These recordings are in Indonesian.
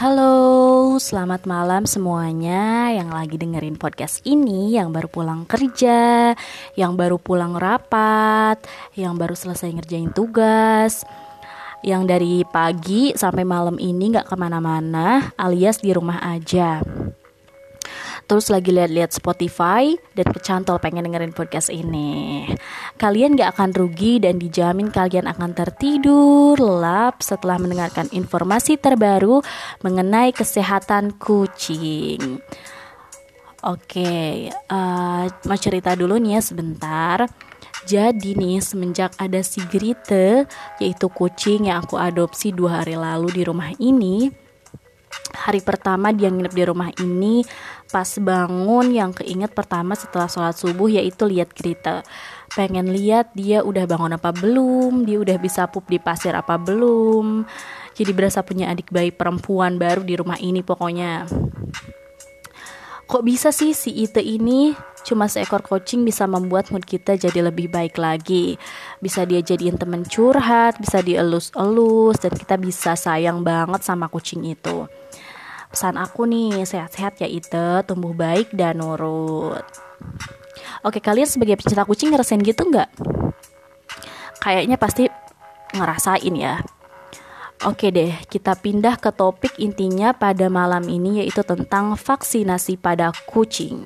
Halo, selamat malam semuanya yang lagi dengerin podcast ini, yang baru pulang kerja, yang baru pulang rapat, yang baru selesai ngerjain tugas, yang dari pagi sampai malam ini gak kemana-mana alias di rumah aja. Terus lagi lihat-lihat Spotify dan kecantol pengen dengerin podcast ini. Kalian gak akan rugi dan dijamin kalian akan tertidur lelap setelah mendengarkan informasi terbaru mengenai kesehatan kucing. Oke, mau cerita dulu nih ya sebentar. Jadi nih semenjak ada si Grite, yaitu kucing yang aku adopsi 2 hari lalu di rumah ini. Hari pertama dia nginep di rumah ini, pas bangun yang keinget pertama setelah sholat subuh yaitu lihat Grite. Pengen lihat dia udah bangun apa belum, dia udah bisa pup di pasir apa belum. Jadi berasa punya adik bayi perempuan baru di rumah ini pokoknya. Kok bisa sih si Ite ini cuma seekor kucing bisa membuat mood kita jadi lebih baik lagi. Bisa dia jadiin temen curhat, bisa dielus-elus, dan kita bisa sayang banget sama kucing itu. Pesan aku nih, sehat-sehat ya Ite, tumbuh baik dan nurut. Oke, kalian sebagai pecinta kucing ngerasain gitu gak? Kayaknya pasti ngerasain ya. Oke deh, kita pindah ke topik intinya pada malam ini, yaitu tentang vaksinasi pada kucing.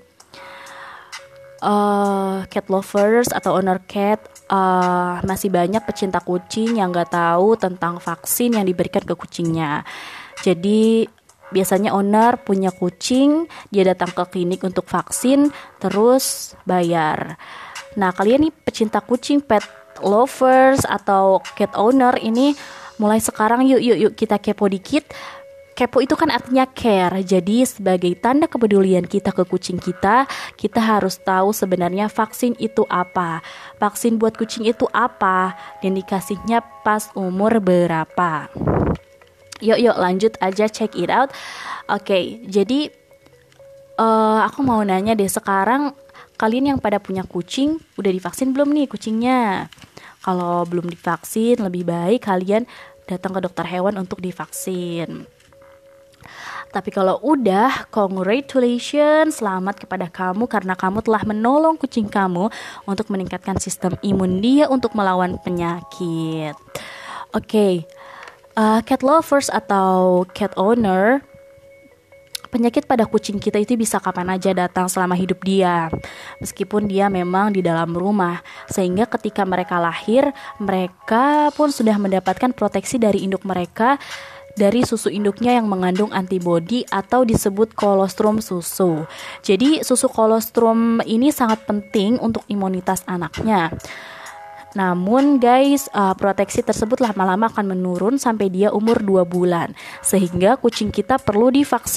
Cat lovers atau owner cat, masih banyak pecinta kucing yang gak tahu tentang vaksin yang diberikan ke kucingnya. Jadi biasanya owner punya kucing, dia datang ke klinik untuk vaksin, terus bayar. Nah, kalian nih pecinta kucing, pet lovers atau cat owner ini, mulai sekarang yuk kita kepo dikit. Kepo itu kan artinya care. Jadi sebagai tanda kepedulian kita ke kucing kita harus tahu sebenarnya vaksin itu apa, vaksin buat kucing itu apa, dan dikasihnya pas umur berapa. Yuk lanjut aja, check it out. Oke, jadi aku mau nanya deh, sekarang kalian yang pada punya kucing udah divaksin belum nih kucingnya? Kalau belum divaksin, lebih baik kalian datang ke dokter hewan untuk divaksin. Tapi kalau udah, congratulations, selamat kepada kamu karena kamu telah menolong kucing kamu untuk meningkatkan sistem imun dia untuk melawan penyakit. Oke. Cat lovers atau cat owner, penyakit pada kucing kita itu bisa kapan aja datang selama hidup dia, meskipun dia memang di dalam rumah, sehingga ketika mereka lahir, mereka pun sudah mendapatkan proteksi dari induk mereka, dari susu induknya yang mengandung antibodi atau disebut kolostrum susu. Jadi susu kolostrum ini sangat penting untuk imunitas anaknya. Namun guys, proteksi tersebut lama-lama akan menurun sampai dia umur 2 bulan. Sehingga kucing kita perlu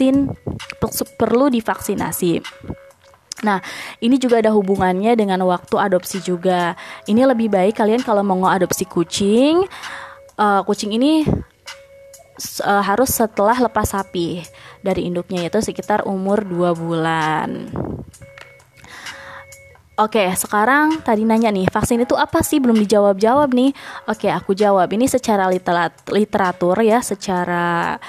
divaksinasi. Nah, ini juga ada hubungannya dengan waktu adopsi juga. Ini lebih baik kalian kalau mau adopsi kucing, kucing ini harus setelah lepas sapi dari induknya, yaitu sekitar umur 2 bulan. Oke, sekarang tadi nanya nih, vaksin itu apa sih? Belum dijawab-jawab nih. Oke, aku jawab. Ini secara literatur ya, secara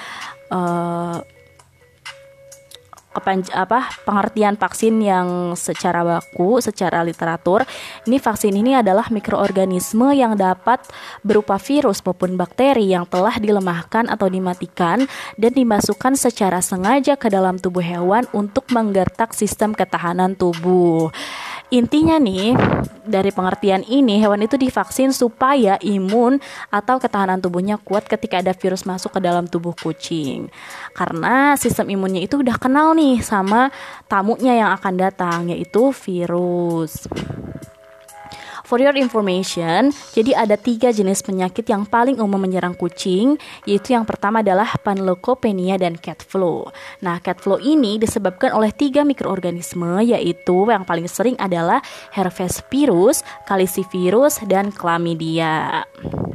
pengertian vaksin yang secara baku, secara literatur. Ini vaksin ini adalah mikroorganisme yang dapat berupa virus maupun bakteri yang telah dilemahkan atau dimatikan dan dimasukkan secara sengaja ke dalam tubuh hewan untuk menggertak sistem ketahanan tubuh. Intinya nih, dari pengertian ini, hewan itu divaksin supaya imun atau ketahanan tubuhnya kuat ketika ada virus masuk ke dalam tubuh kucing. Karena sistem imunnya itu udah kenal nih sama tamunya yang akan datang, yaitu virus. For your information, jadi ada 3 jenis penyakit yang paling umum menyerang kucing, yaitu yang pertama adalah panleukopenia dan cat flu. Nah, cat flu ini disebabkan oleh 3 mikroorganisme, yaitu yang paling sering adalah herpes virus, calicivirus, dan chlamydia.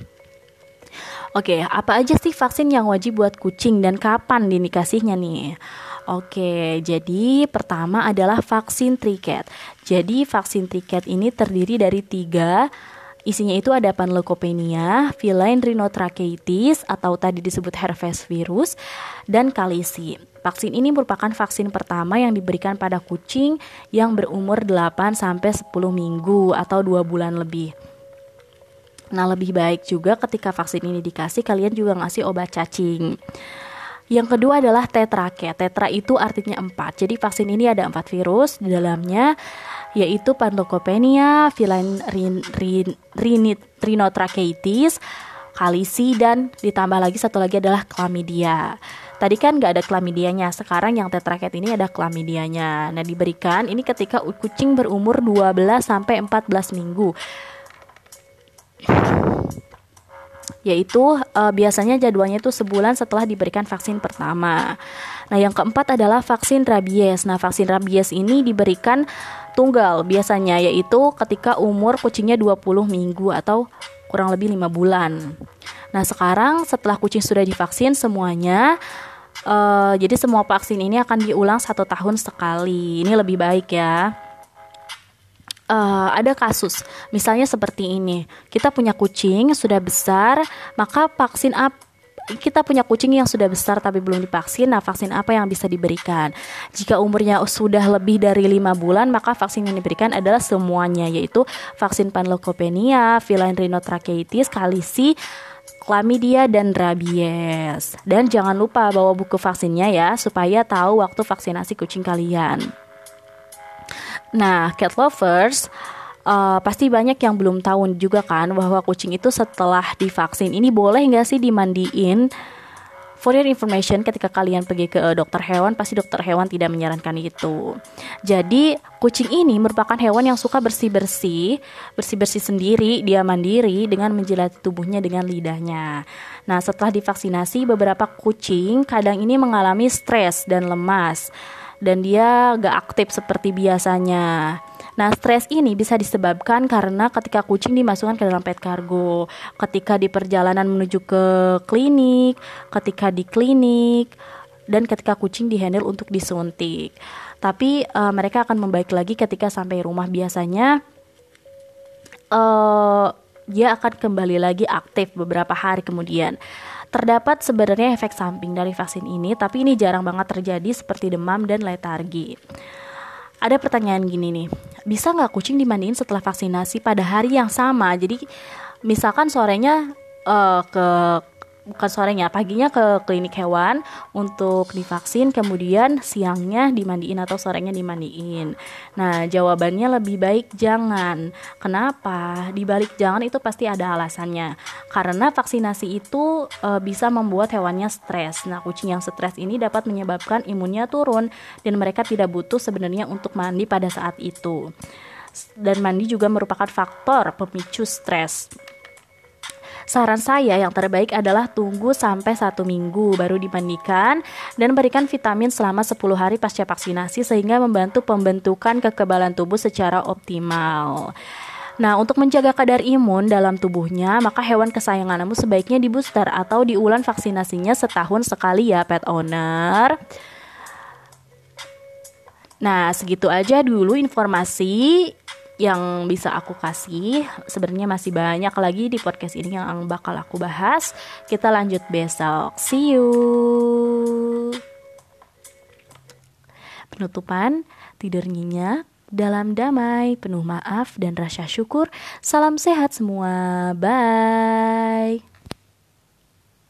Oke, apa aja sih vaksin yang wajib buat kucing dan kapan dikasihnya nih? Oke, jadi pertama adalah vaksin triket. Jadi vaksin triket ini terdiri dari 3 Isinya itu ada Panleukopenia, feline rhinotracheitis atau tadi disebut herpes virus, dan kalisi. Vaksin ini merupakan vaksin pertama yang diberikan pada kucing yang berumur 8-10 minggu atau 2 bulan lebih. Nah, lebih baik juga ketika vaksin ini dikasih, kalian juga ngasih obat cacing. Yang kedua adalah tetrake. Tetra itu artinya 4. Jadi vaksin ini ada 4 virus di dalamnya, yaitu Panleukopenia, feline rhinotracheitis, kalisi, dan ditambah lagi satu lagi adalah chlamydia. Tadi kan nggak ada chlamydianya, sekarang yang tetraket ini ada chlamydianya. Nah, diberikan ini ketika kucing berumur 12-14 minggu. Yaitu biasanya jadwalnya itu sebulan setelah diberikan vaksin pertama. Nah, yang keempat adalah vaksin rabies. Nah, vaksin rabies ini diberikan tunggal biasanya, yaitu ketika umur kucingnya 20 minggu atau kurang lebih 5 bulan. Nah, sekarang setelah kucing sudah divaksin semuanya, jadi semua vaksin ini akan diulang 1 tahun sekali. Ini lebih baik ya. Ada kasus, misalnya seperti ini, kita punya kucing sudah besar, maka kita punya kucing yang sudah besar tapi belum divaksin. Nah, vaksin apa yang bisa diberikan? Jika umurnya sudah lebih dari 5 bulan, maka vaksin yang diberikan adalah semuanya, yaitu vaksin Panleukopenia, feline rhinotracheitis, kalisi, chlamydia, dan rabies. Dan jangan lupa bawa buku vaksinnya ya, supaya tahu waktu vaksinasi kucing kalian. Nah, cat lovers, pasti banyak yang belum tahu juga kan bahwa kucing itu setelah divaksin ini boleh nggak sih dimandiin? For your information, ketika kalian pergi ke dokter hewan, pasti dokter hewan tidak menyarankan itu. Jadi kucing ini merupakan hewan yang suka bersih-bersih sendiri, dia mandiri dengan menjilati tubuhnya dengan lidahnya. Nah, setelah divaksinasi, beberapa kucing kadang ini mengalami stres dan lemas, dan dia gak aktif seperti biasanya. Nah, stres ini bisa disebabkan karena ketika kucing dimasukkan ke dalam pet cargo, ketika di perjalanan menuju ke klinik, ketika di klinik, dan ketika kucing dihandle untuk disuntik. Tapi mereka akan membaik lagi ketika sampai rumah. Biasanya dia akan kembali lagi aktif beberapa hari kemudian. Terdapat sebenarnya efek samping dari vaksin ini, tapi ini jarang banget terjadi seperti demam dan letargi. Ada pertanyaan gini nih, bisa nggak kucing dimandiin setelah vaksinasi pada hari yang sama? Jadi misalkan sorenya paginya ke klinik hewan untuk divaksin, kemudian siangnya dimandiin atau sorenya dimandiin. Nah, jawabannya lebih baik jangan. Kenapa? Di balik jangan itu pasti ada alasannya. Karena vaksinasi itu bisa membuat hewannya stres. Nah, kucing yang stres ini dapat menyebabkan imunnya turun dan mereka tidak butuh sebenarnya untuk mandi pada saat itu. Dan mandi juga merupakan faktor pemicu stres. Saran saya yang terbaik adalah tunggu sampai 1 minggu baru dimandikan dan berikan vitamin selama 10 hari pasca vaksinasi sehingga membantu pembentukan kekebalan tubuh secara optimal. Nah, untuk menjaga kadar imun dalam tubuhnya, maka hewan kesayanganmu sebaiknya di booster atau diulang vaksinasinya setahun sekali ya pet owner. Nah, segitu aja dulu informasi yang bisa aku kasih. Sebenarnya masih banyak lagi di podcast ini yang bakal aku bahas. Kita lanjut besok. See you. Penutupan, tidur nyenyak dalam damai, penuh maaf dan rasa syukur. Salam sehat semua. Bye.